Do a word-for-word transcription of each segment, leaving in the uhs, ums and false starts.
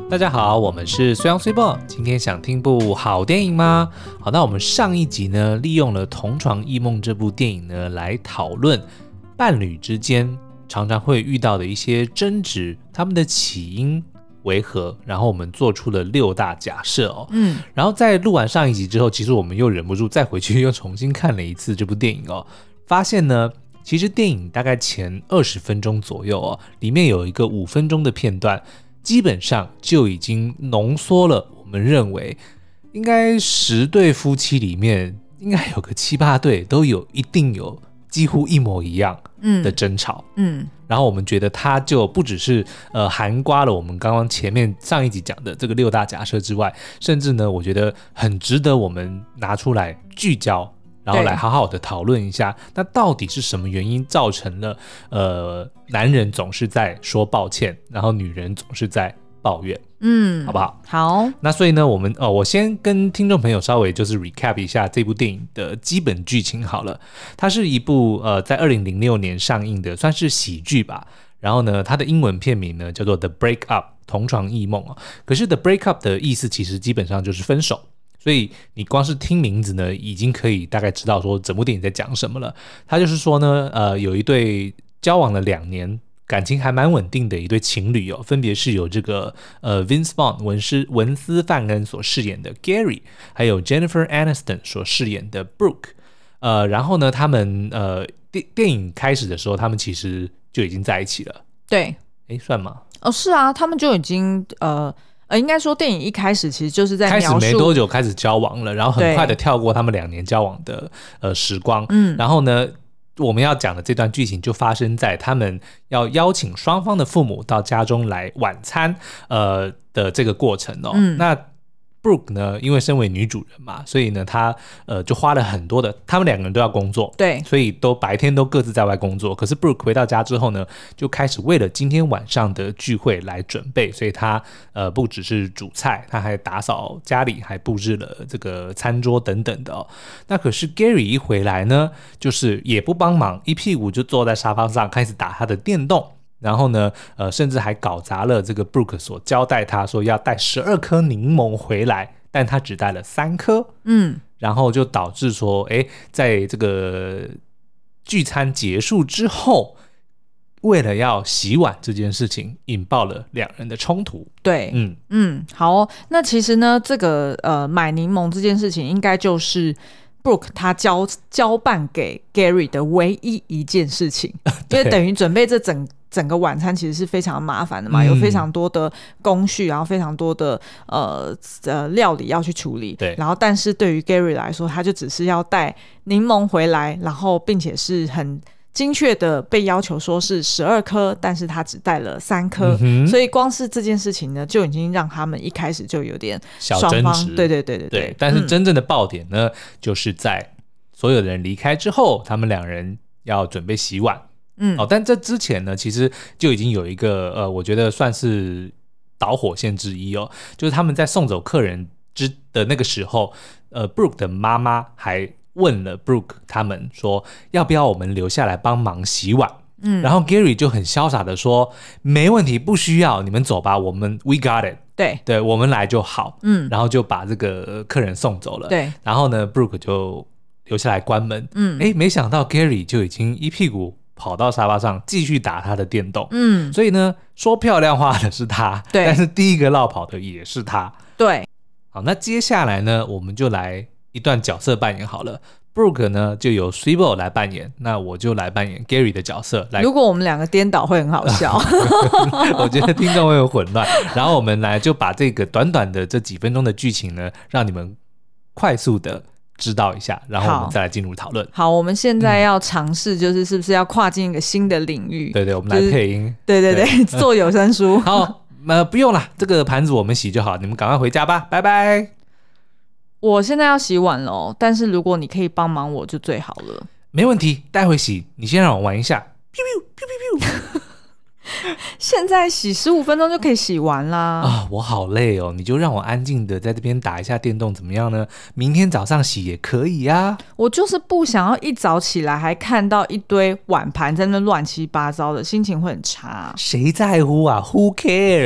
大家好，我们是虽阳虽报，今天想听部好电影吗？好，那我们上一集呢，利用了《同床异梦》这部电影呢，来讨论伴侣之间常常会遇到的一些争执，他们的起因为何？然后我们做出了六大假设哦。嗯，然后在录完上一集之后，其实我们又忍不住再回去又重新看了一次这部电影哦，发现呢，其实电影大概前二十分钟左右哦，里面有一个五分钟的片段。基本上就已经浓缩了我们认为应该十对夫妻里面应该有个七八对都有一定有几乎一模一样的争吵。嗯，嗯然后我们觉得它就不只是呃涵盖了我们刚刚前面上一集讲的这个六大假设之外，甚至呢我觉得很值得我们拿出来聚焦，然后来好好的讨论一下，那到底是什么原因造成了呃男人总是在说抱歉，然后女人总是在抱怨，嗯，好不好？ 好。 那所以呢，我们呃，我先跟听众朋友稍微就是 recap 一下这部电影的基本剧情好了。它是一部呃在二零零六年上映的，算是喜剧吧。然后呢，它的英文片名呢叫做 The Break Up 同床异梦哦。可是 The Break Up 的意思其实基本上就是分手。所以你光是听名字呢，已经可以大概知道说整部电影在讲什么了。他就是说呢，呃，有一对交往了两年，感情还蛮稳定的一对情侣哦，分别是有这个呃 Vince Vaughn 文斯文斯范恩所饰演的 Gary， 还有 Jennifer Aniston 所饰演的 Brooke。呃，然后呢，他们呃电电影开始的时候，他们其实就已经在一起了。 对， 哎，算吗？ 哦，是啊，他们就已经呃。呃，应该说电影一开始其实就是在描述开始没多久开始交往了，然后很快的跳过他们两年交往的呃时光，嗯，然后呢，我们要讲的这段剧情就发生在他们要邀请双方的父母到家中来晚餐，呃的这个过程哦，嗯、那。Brooke 呢，因为身为女主人嘛，所以呢，她呃就花了很多的，他们两个人都要工作， 对， 所以都白天都各自在外工作。可是 Brooke 回到家之后呢，就开始为了今天晚上的聚会来准备，所以她呃不只是煮菜，她还打扫家里，还布置了这个餐桌等等的哦。那可是 Gary 一回来呢，就是也不帮忙，一屁股就坐在沙发上开始打他的电动。然后呢，呃，甚至还搞砸了这个 Brooke 所交代他说要带十二颗柠檬回来，但他只带了三颗，嗯，然后就导致说，哎，在这个聚餐结束之后，为了要洗碗这件事情，引爆了两人的冲突。 对，嗯嗯，好哦，那其实呢，这个呃买柠檬这件事情，应该就是Brooke 他交交办给 Gary 的唯一一件事情，因为等于准备这整整个晚餐其实是非常麻烦的嘛，嗯、有非常多的工序，然后非常多的呃呃料理要去处理。 对， 然后但是对于 Gary 来说，他就只是要带柠檬回来，然后并且是很精确的被要求说是十二颗，但是他只带了三颗、嗯，所以光是这件事情呢，就已经让他们一开始就有点小争执。 对对对对对, 对，但是真正的爆点呢，嗯、就是在所有的人离开之后，他们两人要准备洗碗。嗯，哦，但这之前呢，其实就已经有一个呃，我觉得算是导火线之一哦，就是他们在送走客人之的那个时候，呃 ，Brooke 的妈妈还问了 Brooke 他们说，要不要我们留下来帮忙洗碗？嗯，然后 Gary 就很潇洒的说，没问题，不需要，你们走吧，我们 we got it。 对对，我们来就好。嗯，然后就把这个客人送走了。 对， 然后呢 ，Brooke 就留下来关门。嗯，哎，没想到 Gary 就已经一屁股跑到沙发上继续打他的电动。嗯，所以呢，说漂亮话的是他， 对， 但是第一个落跑的也是他。 对， 好，那接下来呢，我们就来一段角色扮演好了。Brooke 呢就由 Swivel 来扮演，那我就来扮演 Gary 的角色。来， 如果我们两个颠倒会很好笑， 我觉得听众会有混乱。然后我们来就把这个短短的这几分钟的剧情呢，让你们快速的知道一下，然后我们再来进入讨论。 好，我们现在要尝试，就是是不是要跨进一个新的领域？ 嗯、对对，我们来配音。 就是、对对对，对做有声书。 好，呃，不用了，这个盘子我们洗就好，你们赶快回家吧，拜拜。 我现在要洗碗了，但是如果你可以帮忙我就最好了。 没问题，待会洗，你先让我玩一下。 现在洗十五分钟就可以洗完啦。 啊，我好累哦，你就让我安静的在这边打一下电动怎么样呢？明天早上洗也可以啊。 我就是不想要一早起来还看到一堆碗盘在那乱七八糟的，心情会很差。 谁在乎啊 ？Who cares？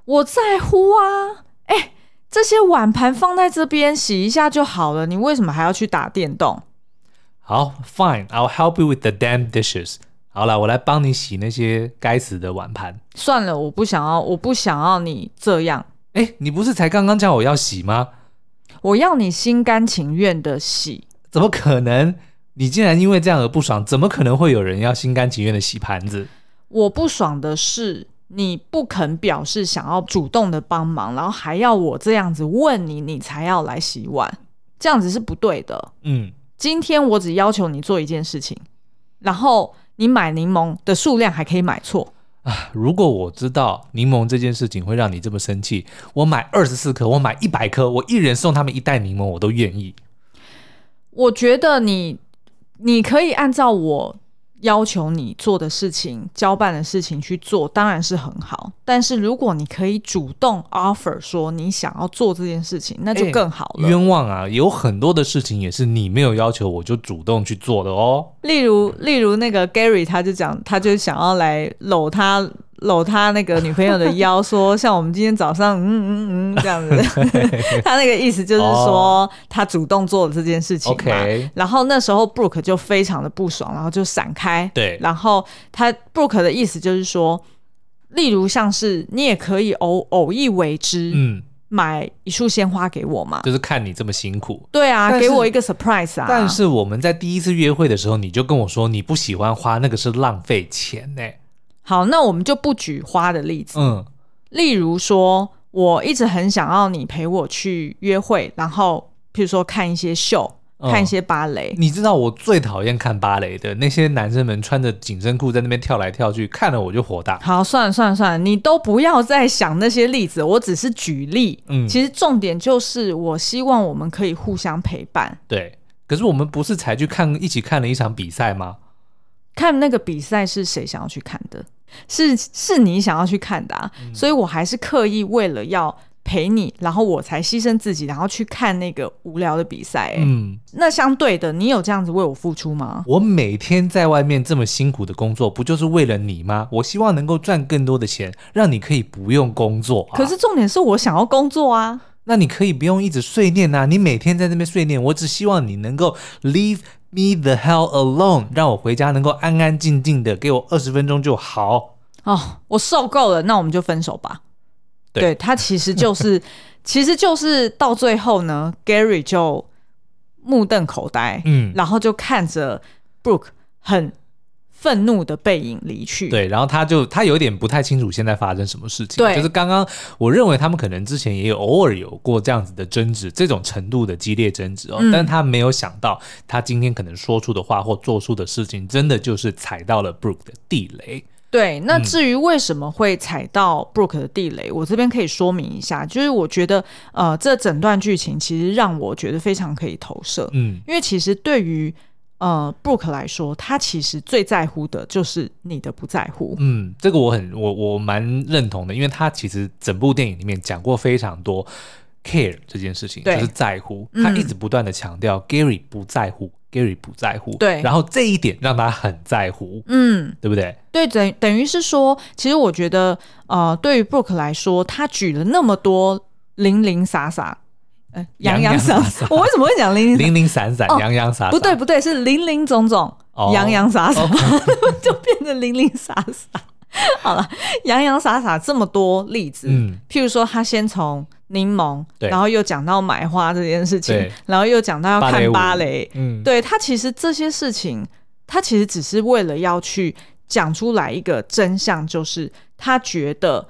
我在乎啊，哎，这些碗盘放在这边洗一下就好了，你为什么还要去打电动？ 好 ，Fine, I'll help you with the damn dishes。好啦，我来帮你洗那些该死的碗盘。 算了，我不想要，我不想要你这样。 哎，你不是才刚刚叫我要洗吗？ 我要你心甘情愿的洗。 怎么可能？你竟然因为这样而不爽，怎么可能会有人要心甘情愿的洗盘子？ 我不爽的是你不肯表示想要主动的帮忙，然后还要我这样子问你，你才要来洗碗，这样子是不对的。 嗯， 今天我只要求你做一件事情，然后你买柠檬的数量还可以买错啊！如果我知道柠檬这件事情会让你这么生气，我买二十四颗，我买一百颗，我一人送他们一袋柠檬，我都愿意。 我觉得你你可以按照我要求你做的事情，交办的事情去做，当然是很好。但是如果你可以主动 offer 说你想要做这件事情，那就更好了。 欸、冤枉啊！有很多的事情也是你没有要求我就主动去做的哦。 例如，例如那个 Gary 他就讲，他就想要来搂他搂他那个女朋友的腰，说像我们今天早上嗯嗯嗯这样子。他那个意思就是说、哦、他主动做了这件事情嘛。 Okay. 然后那时候 Brooke 就非常的不爽，然后就闪开。 对， 然后他 Brooke 的意思就是说，例如像是你也可以偶偶一为之，嗯，买一束鲜花给我嘛， 就是看你这么辛苦。 对啊，给我一个 surprise 啊。 但是我们在第一次约会的时候，你就跟我说你不喜欢花，那个是浪费钱呢、欸。 好，那我们就不举花的例子。嗯，例如说，我一直很想要你陪我去约会，然后譬如说看一些秀。看一些芭蕾、 嗯、你知道我最讨厌看芭蕾的那些男生们穿着紧身裤在那边跳来跳去，看了我就火大。 好，算了算了算了，你都不要再想那些例子，我只是举例。嗯，其实重点就是我希望我们可以互相陪伴。 对，可是我们不是才去看一起看了一场比赛吗？ 看那个比赛是谁想要去看的？是是你想要去看的啊、嗯、所以我还是刻意为了要陪你，然后我才牺牲自己，然后去看那个无聊的比赛、欸。嗯，那相对的，你有这样子为我付出吗？ 我每天在外面这么辛苦的工作，不就是为了你吗？我希望能够赚更多的钱，让你可以不用工作、啊。 可是重点是我想要工作啊。 那你可以不用一直碎念啊！你每天在那边碎念，我只希望你能够 leave me the hell alone， 让我回家能够安安静静的，给我二十分钟就好。 哦，我受够了，那我们就分手吧。对, 对他其实就是其实就是到最后呢 Gary 就目瞪口呆，嗯，然后就看着 Brooke 很愤怒的背影离去。 对，然后他就他有点不太清楚现在发生什么事情。对，就是刚刚我认为他们可能之前也有偶尔有过这样子的争执，这种程度的激烈争执哦、嗯，但是他没有想到他今天可能说出的话或做出的事情真的就是踩到了 Brooke 的地雷。 对，那至于为什么会踩到 Brooke 的地雷、嗯、我这边可以说明一下，就是我觉得呃，这整段剧情其实让我觉得非常可以投射。嗯，因为其实对于呃 Brooke 来说，他其实最在乎的就是你的不在乎。嗯， 这个我很我我蛮认同的，因为他其实整部电影里面讲过非常多 care 这件事情，就是在乎。他一直不断的强调 Gary 不在乎Gary 不在乎，对，然后这一点让他很在乎，嗯，对不对？ 对，等等于是说，其实我觉得，呃，对于 Brooke 来说，他举了那么多零零洒洒，呃，洋洋洒洒，我为什么会讲零零零零散散、洋洋洒洒？ 不对，不对，是零零总总，洋洋洒洒，就变成零零洒洒。好了，洋洋洒洒这么多例子，嗯，譬如说，他先从柠檬，然后又讲到买花这件事情，然后又讲到要看芭蕾，嗯，对，他其实这些事情，他其实只是为了要去讲出来一个真相，就是他觉得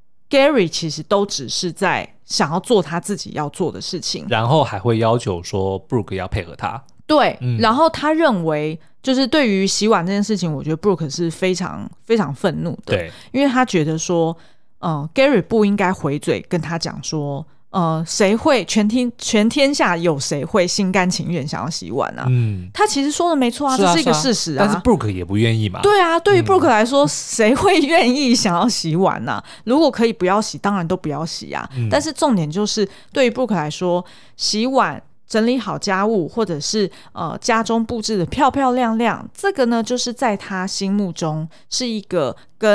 Gary 其实都只是在想要做他自己要做的事情， 然后还会要求说 Brooke 要配合他。 对、嗯，然后他认为就是对于洗碗这件事情，我觉得 Brooke 是非常非常愤怒的，对，因为他觉得说，呃 Gary 不应该回嘴跟他讲说，呃，谁会全天全天下有谁会心甘情愿想要洗碗啊？嗯，他其实说的没错啊，是啊，这是一个事实啊。 但是 Brooke 也不愿意嘛。 对啊，对于 Brooke 来说，谁、嗯、会愿意想要洗碗啊？如果可以不要洗，当然都不要洗啊。嗯、但是重点就是，对于 Brooke 来说，洗碗。整理好家务，或者是呃家中布置的漂漂亮亮，这个呢，就是在他心目中是一个跟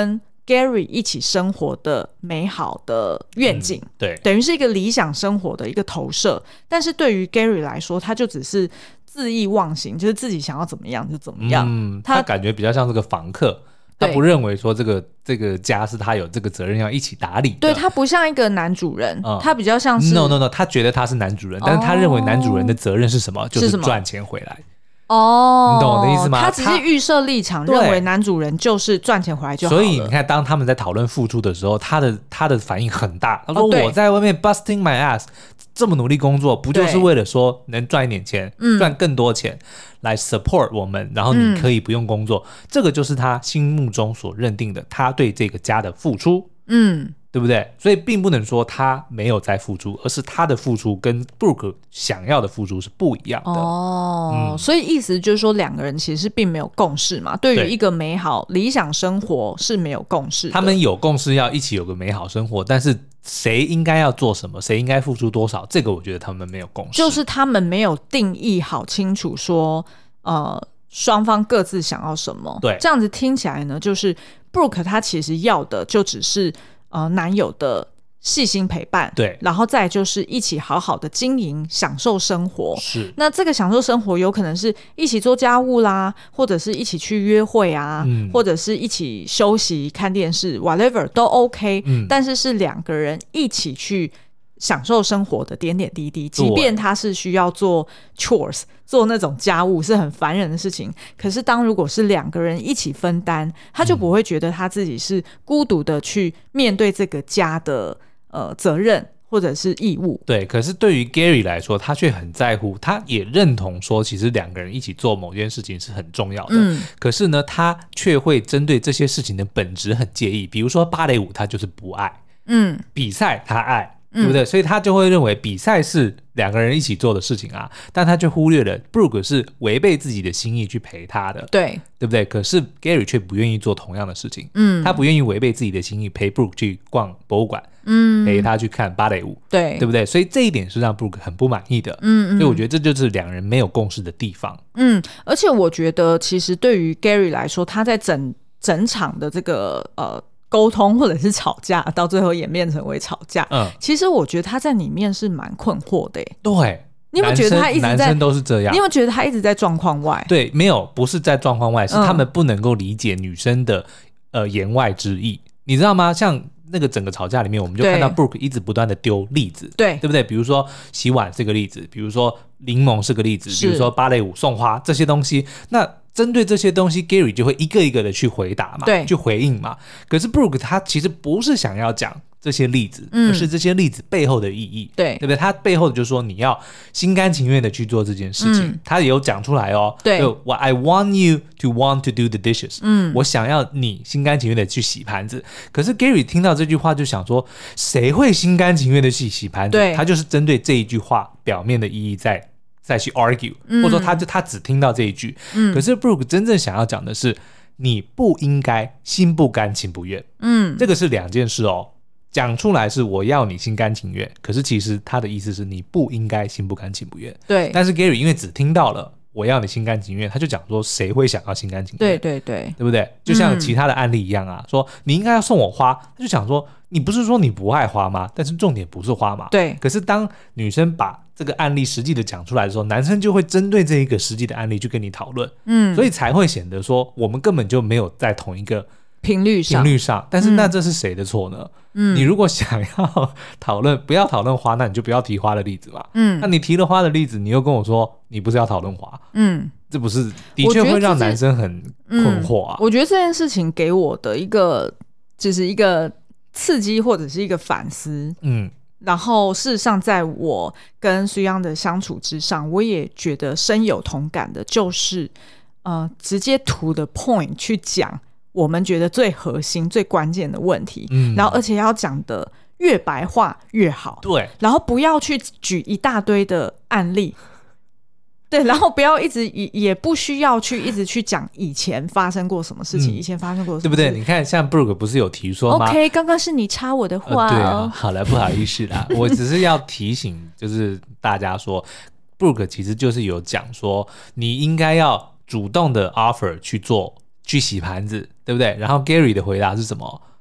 Gary 一起生活的美好的愿景、嗯、 对， 等于是一个理想生活的一个投射，但是对于 Gary 来说他就只是恣意忘形，就是自己想要怎么样就怎么样、 嗯、他, 他感觉比较像是个房客，他不认为说这个这个家是他有这个责任要一起打理的， 对，他不像一个男主人、嗯、他比较像是 no no no 他觉得他是男主人、哦、但是他认为男主人的责任是什么，就是赚钱回来。 哦， 你懂我的意思吗？ 他只是预设立场，认为男主人就是赚钱回来就好了。 所以你看，当他们在讨论付出的时候，他的他的反应很大。他说：“我在外面 busting my ass， 这么努力工作，不就是为了说能赚一点钱，赚更多钱来 support 我们，然后你可以不用工作、嗯、这个就是他心目中所认定的他对这个家的付出。”嗯。对不对？所以并不能说他没有在付出，而是他的付出跟 Brooke 想要的付出是不一样的。 哦、嗯，所以意思就是说两个人其实并没有共识嘛，对于一个美好理想生活是没有共识的。 他们有共识要一起有个美好生活，但是谁应该要做什么，谁应该付出多少，这个我觉得他们没有共识， 就是他们没有定义好清楚说呃双方各自想要什么。 对， 这样子听起来呢，就是 Brooke 他其实要的就只是呃，男友的细心陪伴， 对， 然后再来就是一起好好的经营，享受生活。 是， 那这个享受生活有可能是一起做家务啦，或者是一起去约会啊、嗯、或者是一起休息看电视 whatever 都 OK、嗯、但是是两个人一起去享受生活的点点滴滴，即便他是需要做 chores 做那种家务是很烦人的事情，可是当如果是两个人一起分担，他就不会觉得他自己是孤独的去面对这个家的呃责任或者是义务。 对，可是对于 Gary 来说，他却很在乎，他也认同说其实两个人一起做某件事情是很重要的、嗯、可是呢他却会针对这些事情的本质很介意，比如说芭蕾舞他就是不爱，嗯，比赛他爱，对不对、嗯、所以他就会认为比赛是两个人一起做的事情啊，但他却忽略了 Brooke 是违背自己的心意去陪他的， 对， 对不对？可是 Gary 却不愿意做同样的事情，嗯，他不愿意违背自己的心意陪 Brooke 去逛博物馆，嗯，陪他去看芭蕾舞， 对， 对不对？所以这一点是让 Brooke 很不满意的，嗯，所以我觉得这就是两人没有共识的地方， 嗯，而且我觉得其实对于 Gary 来说，他在整整场的这个呃沟通或者是吵架到最后演变成为吵架、嗯、其实我觉得他在里面是蛮困惑的耶。 对， 你有没有觉得他一直在， 男生都是这样， 你有没有觉得他一直在状况外？ 对，没有，不是在状况外，是他们不能够理解女生的、嗯、呃言外之意，你知道吗？像那个整个吵架里面，我们就看到 Brooke 一直不断的丢例子，对，对不对？比如说洗碗是个例子，比如说柠檬是个例子，比如说芭蕾舞送花这些东西，那针对这些东西 Gary 就会一个一个的去回答嘛，对，去回应嘛。可是 Brooke 他其实不是想要讲这些例子、嗯、而是这些例子背后的意义，对，对不对？他背后就是说你要心甘情愿的去做这件事情、嗯、他也有讲出来哦，对， I want you to want to do the dishes、嗯、我想要你心甘情愿的去洗盘子。可是 Gary 听到这句话就想说，谁会心甘情愿的去洗盘子？对，他就是针对这一句话表面的意义在再去 argue、嗯、或者说 他, 他只听到这一句、嗯、可是 Brooke 真正想要讲的是你不应该心不甘情不愿，嗯，这个是两件事哦。讲出来是我要你心甘情愿，可是其实他的意思是你不应该心不甘情不愿，对。但是 Gary 因为只听到了我要你心甘情愿，他就讲说谁会想要心甘情愿，对对对，对不对？就像其他的案例一样啊、嗯、说你应该要送我花，他就想说你不是说你不爱花吗？但是重点不是花嘛，对。可是当女生把这个案例实际的讲出来的时候，男生就会针对这一个实际的案例去跟你讨论，嗯，所以才会显得说我们根本就没有在同一个频率上， 频率上。但是那这是谁的错呢？嗯，你如果想要讨论，不要讨论花，那你就不要提花的例子嘛。嗯，那你提了花的例子，你又跟我说你不是要讨论花，嗯，这不是的确会让男生很困惑啊。 我觉得这件事情给我的一个就是一个刺激或者是一个反思，嗯。然后事实上在我跟苏央的相处之上，我也觉得深有同感的就是呃，直接 to the point 去讲我们觉得最核心最关键的问题、嗯、然后而且要讲的越白话越好，对，然后不要去举一大堆的案例，对，然后不要一直也不需要去一直去讲以前发生过什么事情、嗯、以前发生过什么事情，对不对？ 你看像 Brooke 不是有提说吗 OK 刚刚是你插我的话、哦呃、对啊， 好了，不好意思啦我只是要提醒就是大家说 Brooke 其实就是有讲说你应该要主动的 offer 去做去洗盘子，对不对？然后 Gary 的回答是什么？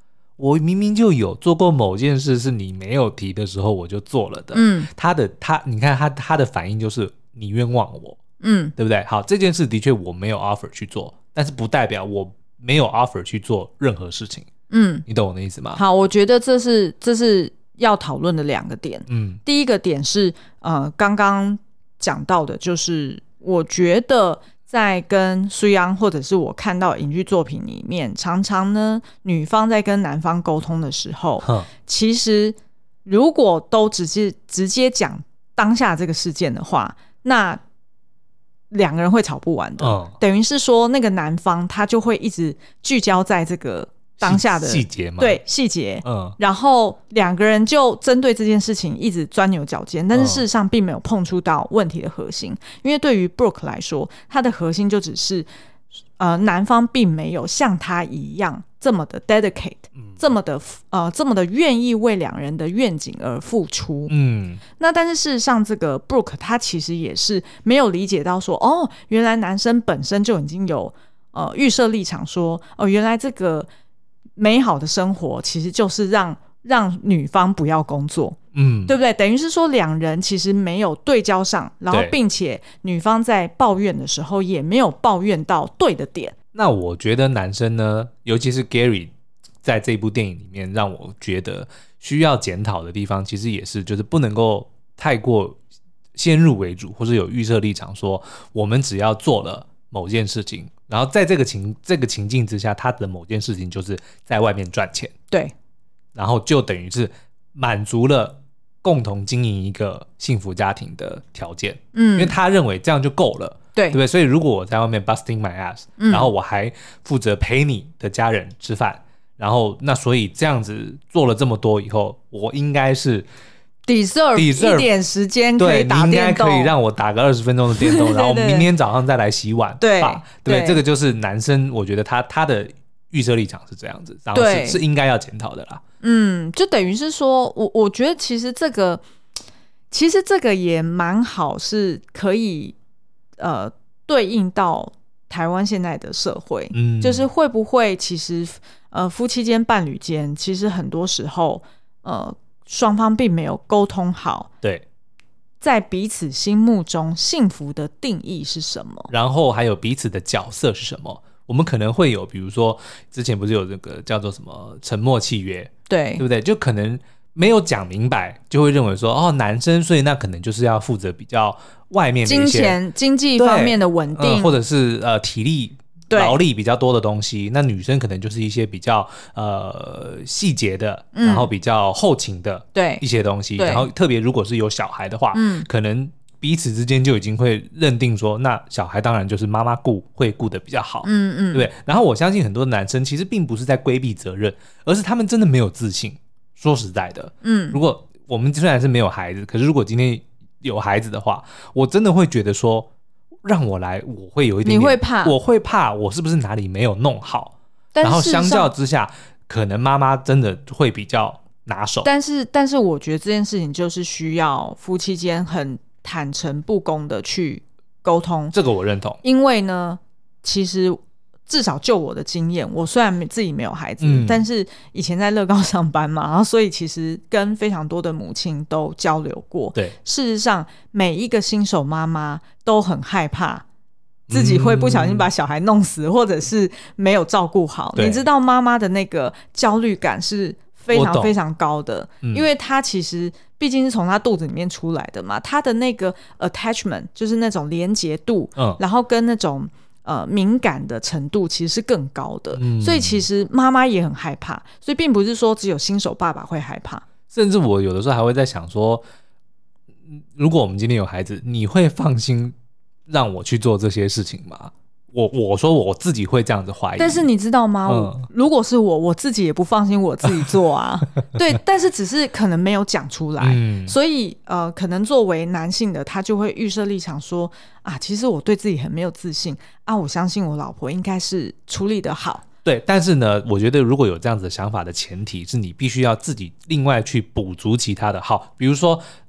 我明明就有做过某件事是你没有提的时候我就做了的。 嗯， 他的他你看他他的反应就是你冤枉我， 嗯， 对不对？好，这件事的确我没有 offer 去做，但是不代表我没有 offer 去做任何事情。 嗯， 你懂我的意思吗？ 好，我觉得这是这是要讨论的两个点。 嗯， 第一个点是呃，刚刚讲到的，就是我觉得在跟苏央或者是我看到影剧作品里面，常常呢女方在跟男方沟通的时候，其实如果都直接直接讲当下这个事件的话，那两个人会吵不完的。嗯，等于是说那个男方他就会一直聚焦在这个当下的细节嘛， 对细节， 嗯， 然后两个人就针对这件事情一直钻牛角尖，但是事实上并没有碰触到问题的核心。嗯，因为对于 Brooke 来说，他的核心就只是呃，男方并没有像他一样这么的 dedicate，嗯，这么的呃，这么的愿意为两人的愿景而付出。嗯，那但是事实上，这个 Brooke 他其实也是没有理解到说，哦，原来男生本身就已经有呃预设立场说，哦，原来这个美好的生活其实就是让让女方不要工作，嗯，对不对？等于是说两人其实没有对焦上，然后并且女方在抱怨的时候也没有抱怨到对的点。 那我觉得男生呢，尤其是 Gary 在这部电影里面让我觉得需要检讨的地方，其实也是就是不能够太过先入为主，或是有预设立场说我们只要做了某件事情，然后在这个情这个情境之下，他的某件事情就是在外面赚钱， 对， 然后就等于是满足了共同经营一个幸福家庭的条件，嗯，因为他认为这样就够了， 对， 对不对？所以如果我在外面 busting my ass，嗯，然后我还负责陪你的家人吃饭，然后那所以这样子做了这么多以后，我应该是 deserve 一点时间可以打电动，对，你应该可以让我打个二十分钟的电动，然后明天早上再来洗碗， 对吧？对，对，这个就是男生，我觉得他他的预设立场是这样子，然后 是, 是应该要检讨的啦。 嗯，就等于是说，我我觉得其实这个，其实这个也蛮好，是可以呃对应到台湾现在的社会，嗯，就是会不会其实呃夫妻间、伴侣间，其实很多时候呃双方并没有沟通好， 对， 在彼此心目中幸福的定义是什么， 然后还有彼此的角色是什么。我们可能会有，比如说之前不是有这个叫做什么沉默契约， 对， 对不对？就可能没有讲明白，就会认为说，哦，男生所以那可能就是要负责比较外面的一些金钱、经济方面的稳定， 呃、或者是呃体力、劳力比较多的东西。那女生可能就是一些比较呃细节的，嗯，然后比较后勤的一些东西。然后特别如果是有小孩的话，嗯，可能彼此之间就已经会认定说，那小孩当然就是妈妈顾会顾得比较好，嗯嗯，对不对？然后我相信很多男生其实并不是在规避责任，而是他们真的没有自信。说实在的，嗯，如果我们虽然是没有孩子，可是如果今天有孩子的话，我真的会觉得说，让我来，我会有一点点， 你会怕， 我会怕，我是不是哪里没有弄好？然后相较之下，可能妈妈真的会比较拿手。 但是，但是我觉得这件事情就是需要夫妻间很坦诚不公的去沟通， 这个我认同。 因为呢，其实至少就我的经验，我虽然自己没有孩子，嗯，但是以前在乐高上班嘛，然后所以其实跟非常多的母亲都交流过。 对， 事实上每一个新手妈妈都很害怕自己会不小心把小孩弄死，嗯，或者是没有照顾好。你知道妈妈的那个焦虑感是非常非常高的，嗯，因为她其实毕竟是从她肚子里面出来的嘛，她的那个 attachment 就是那种连结度，嗯，然后跟那种呃敏感的程度其实是更高的，嗯，所以其实妈妈也很害怕，所以并不是说只有新手爸爸会害怕。 甚至我有的时候还会在想说，如果我们今天有孩子，你会放心让我去做这些事情吗？我我说我自己会这样子怀疑， 但是你知道吗，嗯，如果是我我自己也不放心我自己做啊对，但是只是可能没有讲出来，嗯，所以呃，可能作为男性的他就会预设立场说啊，其实我对自己很没有自信啊，我相信我老婆应该是处理得好。 对，但是呢，我觉得如果有这样子的想法的前提是你必须要自己另外去补足其他的好，比如说啊，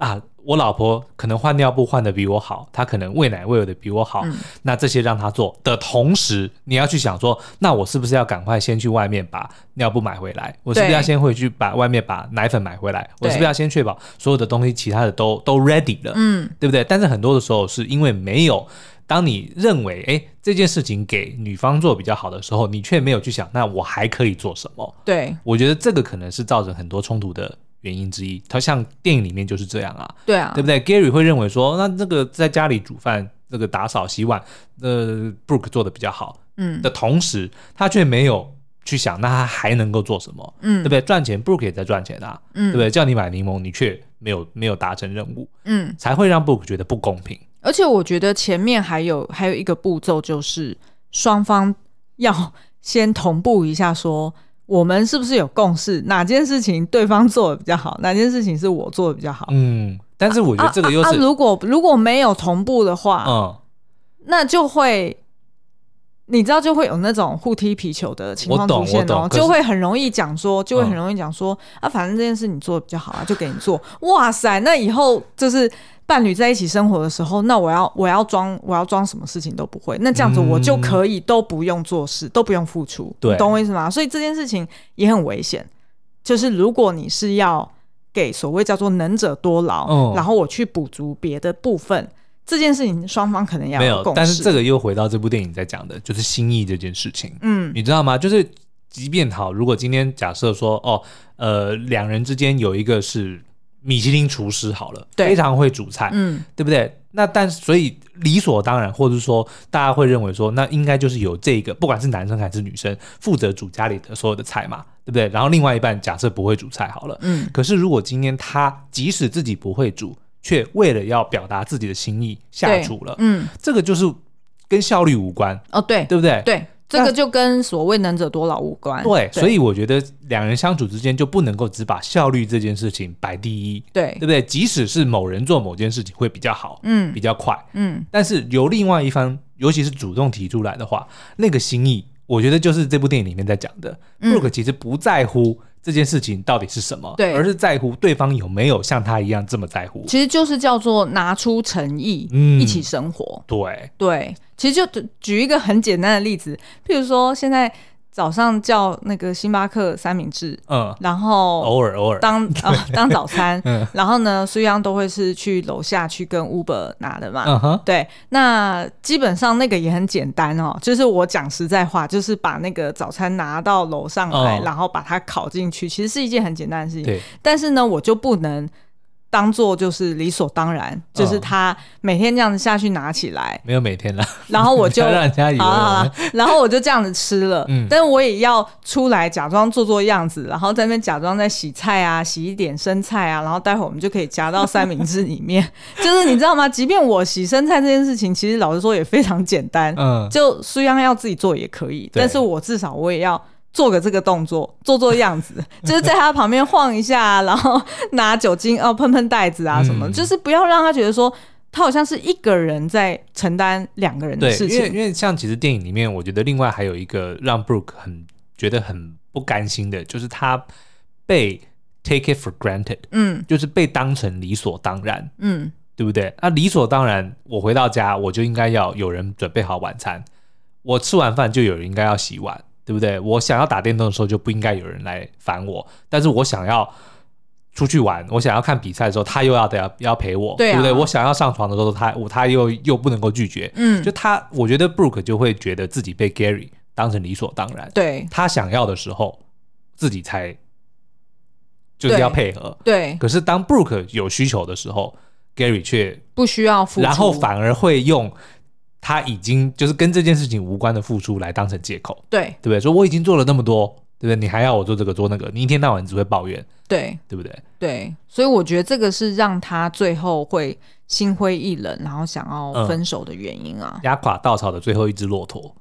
我老婆可能换尿布换的比我好，她可能喂奶喂的比我好、嗯、那这些让她做的同时，你要去想说，那我是不是要赶快先去外面把尿布买回来，我是不是要先回去把外面把奶粉买回来，我是不是要先确保所有的东西其他的都都 ready 了、嗯、对不对？但是很多的时候是因为没有，当你认为哎这件事情给女方做比较好的时候，你却没有去想那我还可以做什么。 对， 我觉得这个可能是造成很多冲突的原因之一。他像电影里面就是这样啊， 对啊， 对不对？ Gary 会认为说，那这个在家里煮饭、这个打扫洗碗，呃 Brooke 做的比较好，嗯的同时，他却没有去想，那他还能够做什么？嗯，对不对？赚钱 Brooke 也在赚钱啊，嗯，对不对？叫你买柠檬，你却没有没有达成任务，嗯，才会让 Brooke 觉得不公平。 而且我觉得前面还有还有一个步骤，就是双方要先同步一下说，我们是不是有共识，哪件事情对方做的比较好，哪件事情是我做的比较好。 嗯，但是我觉得这个又是、啊啊啊、 如果如果没有同步的话，嗯，那就会你知道就会有那种互踢皮球的情况出现哦，就会很容易讲说就会很容易讲说、嗯、啊反正这件事你做的比较好啊，就给你做。哇塞，那以后就是伴侣在一起生活的时候，那我要我要装我要装什么事情都不会，那这样子我就可以都不用做事、嗯、都不用付出，你懂我意思吗？所以这件事情也很危险，就是如果你是要给所谓叫做能者多劳、嗯、然后我去补足别的部分，这件事情双方可能要有共识。没有， 但是这个又回到这部电影在讲的就是心意这件事情。嗯，你知道吗？就是即便好，如果今天假设说哦呃两人之间有一个是米其林厨师好了，非常会煮菜，嗯，对不对？那但所以理所当然，或者说大家会认为说，那应该就是有这个，不管是男生还是女生，负责煮家里的所有的菜嘛，对不对？然后另外一半假设不会煮菜好了，嗯，可是如果今天他即使自己不会煮，却为了要表达自己的心意下厨了，嗯，这个就是跟效率无关哦，对， 对不对？ 对。这个就跟所谓能者多劳无关。 对, 对，所以我觉得两人相处之间就不能够只把效率这件事情摆第一，对，对不对？即使是某人做某件事情会比较好，嗯，比较快，嗯，但是由另外一方尤其是主动提出来的话，那个心意我觉得就是这部电影里面在讲的、嗯、Brooke 其实不在乎这件事情到底是什么，对，而是在乎对方有没有像他一样这么在乎， 其实就是叫做拿出诚意、嗯、一起生活。对对，其实就举一个很简单的例子，譬如说现在早上叫那个星巴克三明治，嗯，然后偶尔偶尔当、呃、当早餐，嗯，然后呢，苏央都会是去楼下去跟 Uber 拿的嘛，嗯哼，对，那基本上那个也很简单哦，就是我讲实在话，就是把那个早餐拿到楼上来、哦，然后把它烤进去，其实是一件很简单的事情，对，但是呢，我就不能当做就是理所当然、嗯、就是他每天这样子下去拿起来， 没有每天了， 然后我就让人家以为好好好然后我就这样子吃了、嗯、但是我也要出来假装做做样子，然后在那边假装在洗菜啊，洗一点生菜啊，然后待会我们就可以夹到三明治里面就是你知道吗，即便我洗生菜这件事情其实老实说也非常简单，嗯，就苏央要自己做也可以，但是我至少我也要做个这个动作，做做样子就是在他旁边晃一下，然后拿酒精哦喷喷袋子啊什么、嗯、就是不要让他觉得说他好像是一个人在承担两个人的事情。 对，因为因为像其实电影里面我觉得另外还有一个让 Brooke 很觉得很不甘心的，就是他被 take it for granted， 嗯，就是被当成理所当然，嗯，对不对？那理所当然我回到家我就应该要有人准备好晚餐，我吃完饭就有人应该要洗碗，对不对？我想要打电动的时候就不应该有人来烦我，但是我想要出去玩，我想要看比赛的时候他又要得要要陪我， 对,、啊、对不对？我想要上床的时候他他又又不能够拒绝，嗯，就他我觉得 Brooke 就会觉得自己被 Gary 当成理所当然，对，他想要的时候自己才就是要配合， 对, 对，可是当 Brooke 有需求的时候 Gary 却不需要付出， 然后反而会用他已经就是跟这件事情无关的付出来当成借口，对，对不对？说我已经做了那么多，对不对？你还要我做这个做那个，你一天到晚只会抱怨，对，对不对？ 对，所以我觉得这个是让他最后会心灰意冷，然后想要分手的原因啊。 嗯、压垮稻草的最后一只骆驼。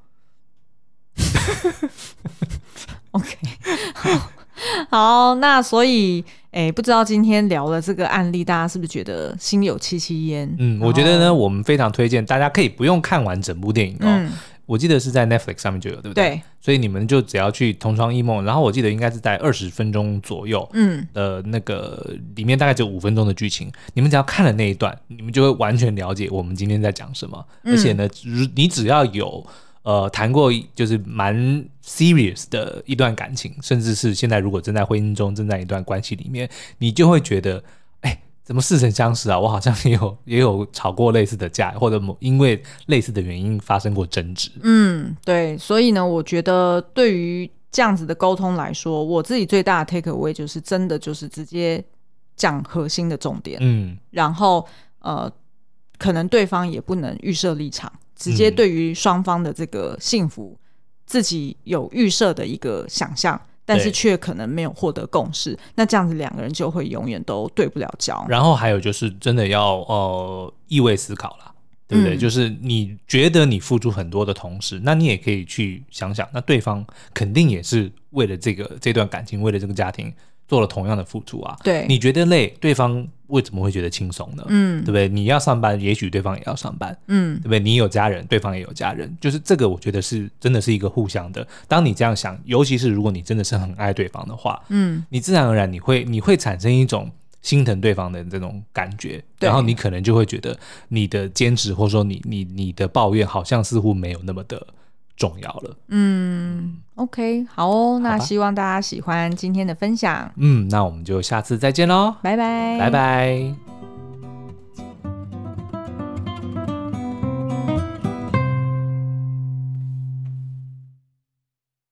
OK， 好，好，那所以。哎，不知道今天聊了这个案例，大家是不是觉得心有戚戚焉？ 嗯，我觉得呢，我们非常推荐大家可以不用看完整部电影哦，嗯、 我记得是在 Netflix 上面就有，对不对？ 对， 所以你们就只要去同床异梦，然后我记得应该是在二十分钟左右， 嗯的那个里面大概只有五分钟的剧情，你们只要看了那一段，你们就会完全了解我们今天在讲什么。 嗯、 而且呢，你只要有呃谈过就是蛮 serious 的一段感情，甚至是现在如果正在婚姻中，正在一段关系里面，你就会觉得，哎，怎么似曾相识啊？我好像也有也有吵过类似的架，或者因为类似的原因发生过争执。 嗯，对，所以呢，我觉得对于这样子的沟通来说，我自己最大的 take away 就是真的就是直接讲核心的重点， 嗯， 然后呃，可能对方也不能预设立场，直接对于双方的这个幸福，自己有预设的一个想象，但是却可能没有获得共识，那这样子两个人就会永远都对不了焦。 然后还有就是真的要呃易位思考啦，对不对？嗯、就是你觉得你付出很多的同时，那你也可以去想想，那对方肯定也是为了这个这段感情，为了这个家庭做了同样的付出啊。 对， 你觉得累，对方为什么会觉得轻松呢？嗯，对不对？你要上班，也许对方也要上班，嗯，对不对？你有家人，对方也有家人，就是这个，我觉得是真的是一个互相的。当你这样想，尤其是如果你真的是很爱对方的话，嗯，你自然而然你会你会产生一种心疼对方的这种感觉，然后你可能就会觉得你的坚持或者说你你你的抱怨好像似乎没有那么的重要了。 嗯 OK 好哦，那希望大家喜欢今天的分享。 嗯，那我们就下次再见咯， 拜拜拜拜。